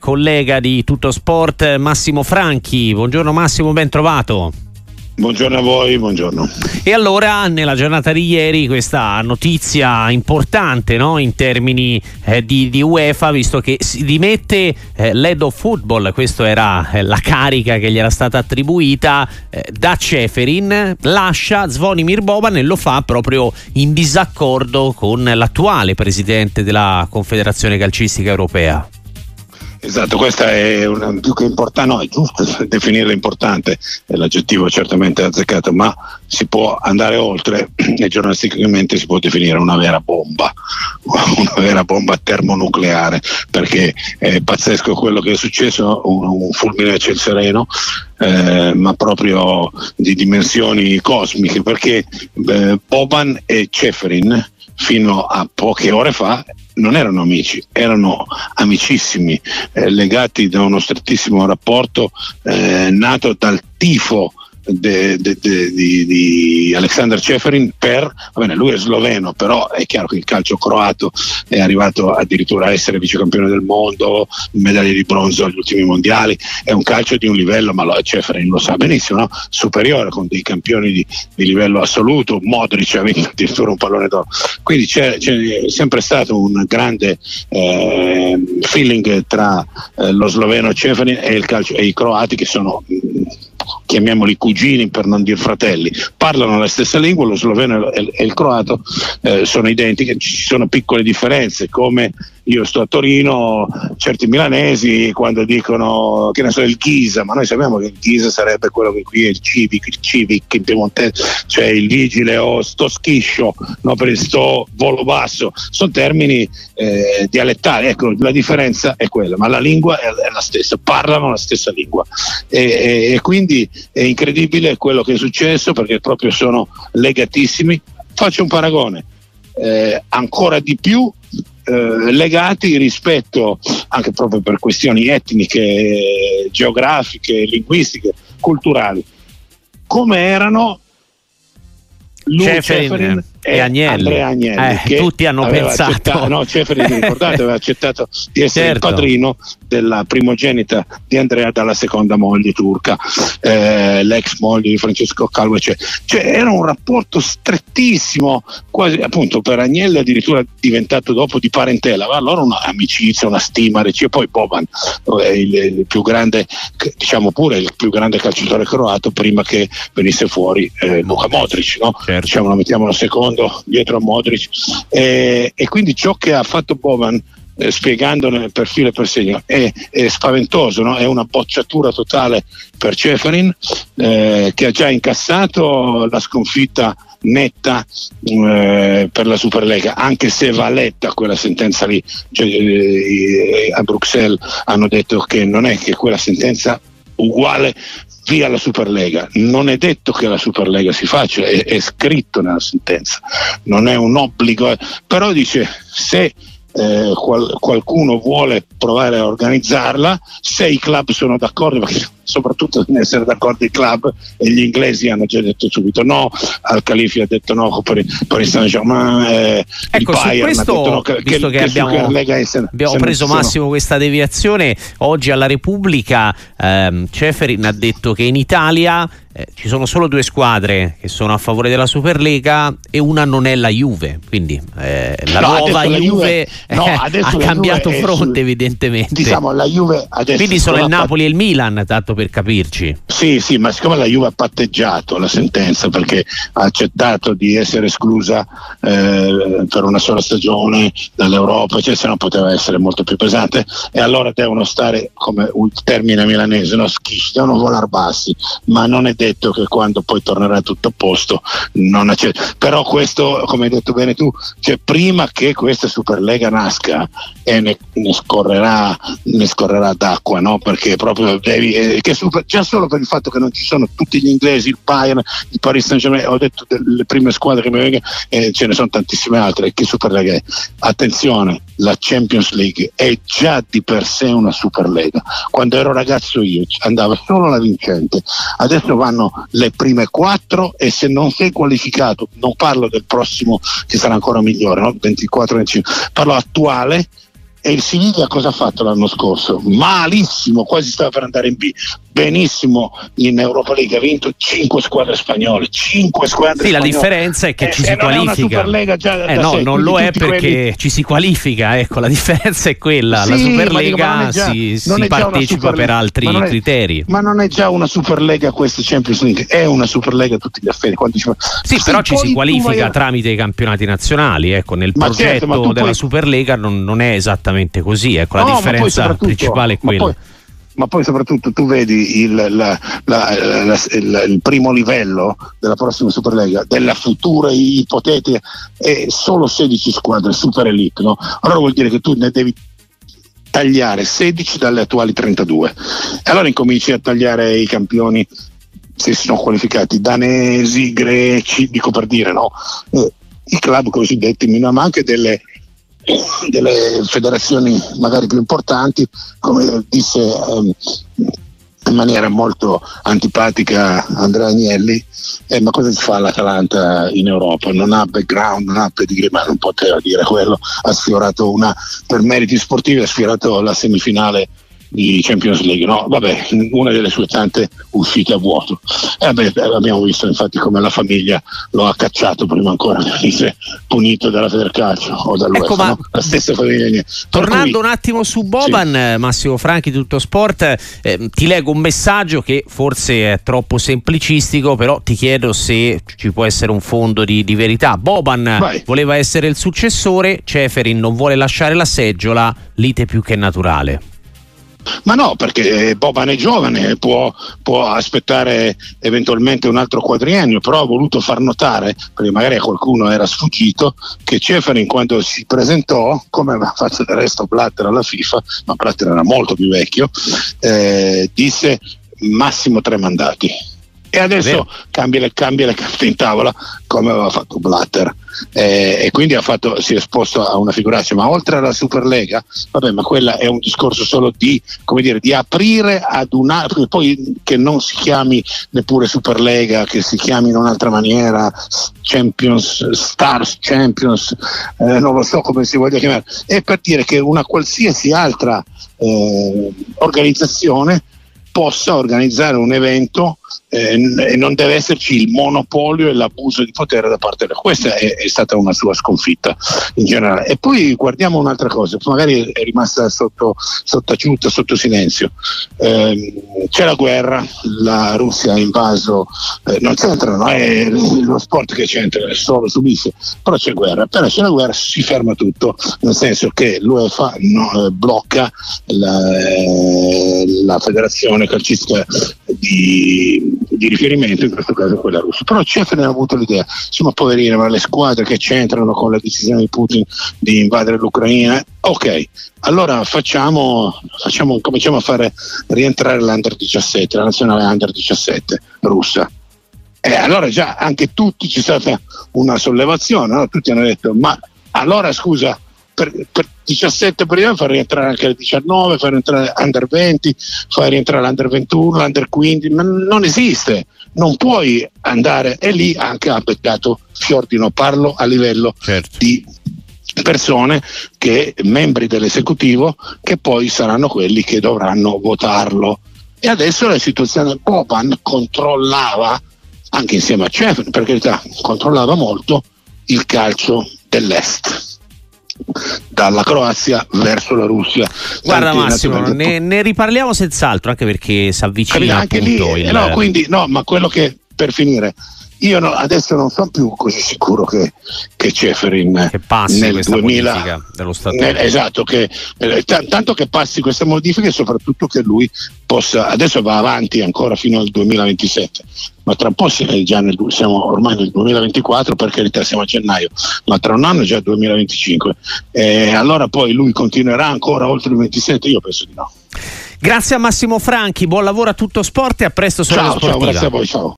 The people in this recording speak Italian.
collega di Tutto Sport, Massimo Franchi. Buongiorno Massimo, ben trovato. Buongiorno a voi, buongiorno. E allora nella giornata di ieri questa notizia importante, no? In termini di UEFA, visto che si dimette l'head of football, questa era la carica che gli era stata attribuita da Ceferin, lascia Zvonimir Boban e lo fa proprio in disaccordo con l'attuale presidente della Confederazione Calcistica Europea. Esatto, questa è una più che importante, no, è giusto definirla importante, l'aggettivo certamente azzeccato, ma si può andare oltre e giornalisticamente si può definire una vera bomba termonucleare, perché è pazzesco quello che è successo, un fulmine a ciel sereno, ma proprio di dimensioni cosmiche, perché Boban e Ceferin fino a poche ore fa non erano amici, erano amicissimi, legati da uno strettissimo rapporto nato dal tifo di Aleksandar Ceferin per, va bene, lui è sloveno, però è chiaro che il calcio croato è arrivato addirittura a essere vicecampione del mondo, medaglie di bronzo agli ultimi mondiali, è un calcio di un livello, ma Ceferin lo sa benissimo, no? Superiore, con dei campioni di livello assoluto. Modric ha vinto addirittura un pallone d'oro, quindi c'è sempre stato un grande feeling tra lo sloveno Ceferin e il calcio, e i croati, che sono chiamiamoli cugini per non dire fratelli, parlano la stessa lingua, lo sloveno e il croato sono identiche, ci sono piccole differenze, come io sto a Torino, certi milanesi quando dicono, che ne so, il Ghisa, ma noi sappiamo che il Ghisa sarebbe quello che qui è il Civic in piemontese, cioè il vigile o sto schiscio, no, per il sto volo basso, sono termini dialettali, ecco, la differenza è quella, ma la lingua è la stessa, parlano la stessa lingua e quindi è incredibile quello che è successo, perché proprio sono legatissimi. Faccio un paragone, ancora di più legati rispetto, anche proprio per questioni etniche, geografiche, linguistiche, culturali, come erano Ceferin e Andrea Agnelli, che tutti hanno pensato, Ceferin, ricordate, aveva accettato di essere il padrino della primogenita di Andrea dalla seconda moglie turca, l'ex moglie di Francesco Calvo, cioè era un rapporto strettissimo, quasi, appunto, per Agnelli addirittura diventato dopo di parentela, ma allora un'amicizia, una stima reciproca. Poi Boban, il più grande, diciamo pure il più grande calciatore croato prima che venisse fuori Luka Modric, no? Certo. Diciamo, mettiamolo secondo dietro a Modric, e quindi ciò che ha fatto Boban, spiegandone per filo e per segno, è spaventoso, no? È una bocciatura totale per Ceferin, che ha già incassato la sconfitta netta per la Superlega, anche se va letta quella sentenza lì, cioè, a Bruxelles hanno detto che non è che quella sentenza uguale via la Superlega, non è detto che la Superlega si faccia, è scritto nella sentenza, non è un obbligo, però dice se qualcuno vuole provare a organizzarla, se i club sono d'accordo, perché soprattutto deve essere d'accordo i club, e gli inglesi hanno già detto subito no, Al Khalifi ha detto no per il Saint-Germain, ecco, il Bayern su questo, ha detto no, visto che abbiamo preso Massimo questa deviazione, oggi alla Repubblica Ceferin ha detto che in Italia ci sono solo 2 squadre che sono a favore della Superlega e una non è la Juve, quindi la nuova Juve ha cambiato fronte, evidentemente, diciamo, la Juve adesso, quindi sono il Napoli e il Milan, tanto per capirci. Sì, ma siccome la Juve ha patteggiato la sentenza perché ha accettato di essere esclusa per una sola stagione dall'Europa, cioè, se no poteva essere molto più pesante, e allora devono stare, come un termine milanese, no, devono volare bassi, ma non è detto che quando poi tornerà tutto a posto non accetta. Però questo, come hai detto bene tu, cioè, prima che questa Superlega nasca e ne scorrerà d'acqua, no? Perché proprio devi già solo per il fatto che non ci sono tutti gli inglesi, il Bayern, il Paris Saint-Germain, ho detto le prime squadre che mi vengono, ce ne sono tantissime altre. Che Superlega è? Attenzione, la Champions League è già di per sé una Superlega. Quando ero ragazzo io andava solo la vincente, adesso vanno le prime 4 e se non sei qualificato, non parlo del prossimo che sarà ancora migliore, no? 24-25, parlo attuale, E il Siviglia cosa ha fatto l'anno scorso? Malissimo, quasi stava per andare in B. Benissimo in Europa League, ha vinto 5 squadre spagnole. 5 squadre sì, spagnole. La differenza è che ci si qualifica. Non è una Superlega già no, sé, non lo è perché quelli... ci si qualifica, ecco, la differenza è quella. Sì, la Superlega già, si partecipa per altri criteri. Ma non è già una Superlega questa Champions League, è una Superlega a tutti gli effetti. Sì, però ci si qualifica tramite i campionati nazionali, ecco, nel progetto della Superlega non è esattamente così, ecco, la differenza principale è quella. Ma poi soprattutto tu vedi il primo livello della prossima Superlega, della futura ipotetica, è solo 16 squadre Super Elite, no? Allora vuol dire che tu ne devi tagliare 16 dalle attuali 32. E allora incominci a tagliare i campioni, se si sono qualificati, danesi, greci, dico per dire, no? I club cosiddetti, ma anche delle federazioni magari più importanti, come disse in maniera molto antipatica Andrea Agnelli, ma cosa ci fa l'Atalanta in Europa? Non ha background, non ha pedigree, ma non poteva dire quello. Ha sfiorato per meriti sportivi, ha sfiorato la semifinale di Champions League, no? Vabbè, una delle sue tante uscite a vuoto. Abbiamo visto infatti come la famiglia lo ha cacciato prima ancora di essere punito dalla Federcalcio o dall'UEFA, ecco, no? La stessa famiglia. Tornando un attimo su Boban, sì. Massimo Franchi, Tutto Sport, ti leggo un messaggio che forse è troppo semplicistico, però ti chiedo se ci può essere un fondo di verità. Boban voleva essere il successore, Ceferin non vuole lasciare la seggiola, lite più che naturale. Ma no, perché Boban è giovane, può aspettare eventualmente un altro quadriennio, però ha voluto far notare, perché magari a qualcuno era sfuggito, che Ceferin quando si presentò, come aveva fatto del resto Blatter alla FIFA, ma Blatter era molto più vecchio, disse massimo 3 mandati. E adesso cambia le carte in tavola come aveva fatto Blatter, e quindi si è esposto a una figuraccia. Ma oltre alla Superlega, vabbè, ma quella è un discorso solo di aprire ad poi che non si chiami neppure Superlega, che si chiami in un'altra maniera, Champions, Stars Champions, non lo so come si voglia chiamare, è per dire che una qualsiasi altra organizzazione possa organizzare un evento e non deve esserci il monopolio e l'abuso di potere da parte della. Questa è stata una sua sconfitta in generale. E poi guardiamo un'altra cosa, magari è rimasta sottaciuta, sotto silenzio. C'è la guerra, la Russia ha invaso, non c'entra, no? È lo sport che c'entra, solo subisce, però c'è guerra, si ferma tutto, nel senso che l'UEFA blocca la federazione calcistica di riferimento, in questo caso quella russa. Però Ceferin ha avuto l'idea, insomma, poverine, ma le squadre che c'entrano con la decisione di Putin di invadere l'Ucraina, ok, allora cominciamo a fare rientrare l'Under 17, la nazionale Under 17 russa. Allora già anche tutti c'è stata una sollevazione, no? Tutti hanno detto, ma allora scusa, per 17 prima far rientrare anche il 19, far rientrare Under 20, far rientrare l'Under 21, l'Under 15, ma non esiste, non puoi andare. E lì anche ha beccato Fiordino, parlo a livello di persone membri dell'esecutivo, che poi saranno quelli che dovranno votarlo. E adesso la situazione, Boban controllava, anche insieme a Ceferin, per carità, controllava molto il calcio dell'est, dalla Croazia verso la Russia. Guarda Massimo, ne riparliamo senz'altro, anche perché si avvicina anche appunto lì, ma quello che, per finire, io adesso non sono più così sicuro che Ceferin che passi nel questa 2000 modifica dello statuto. Esatto, che tanto che passi questa modifica, e soprattutto che lui possa, adesso va avanti ancora fino al 2027, ma tra un po' siamo ormai nel 2024, per carità siamo a gennaio, ma tra un anno è già 2025, allora poi lui continuerà ancora oltre il 27? Io penso di no. Grazie a Massimo Franchi, buon lavoro a Tutto Sport e a presto sulla Sportiva. Ciao, grazie a voi, ciao.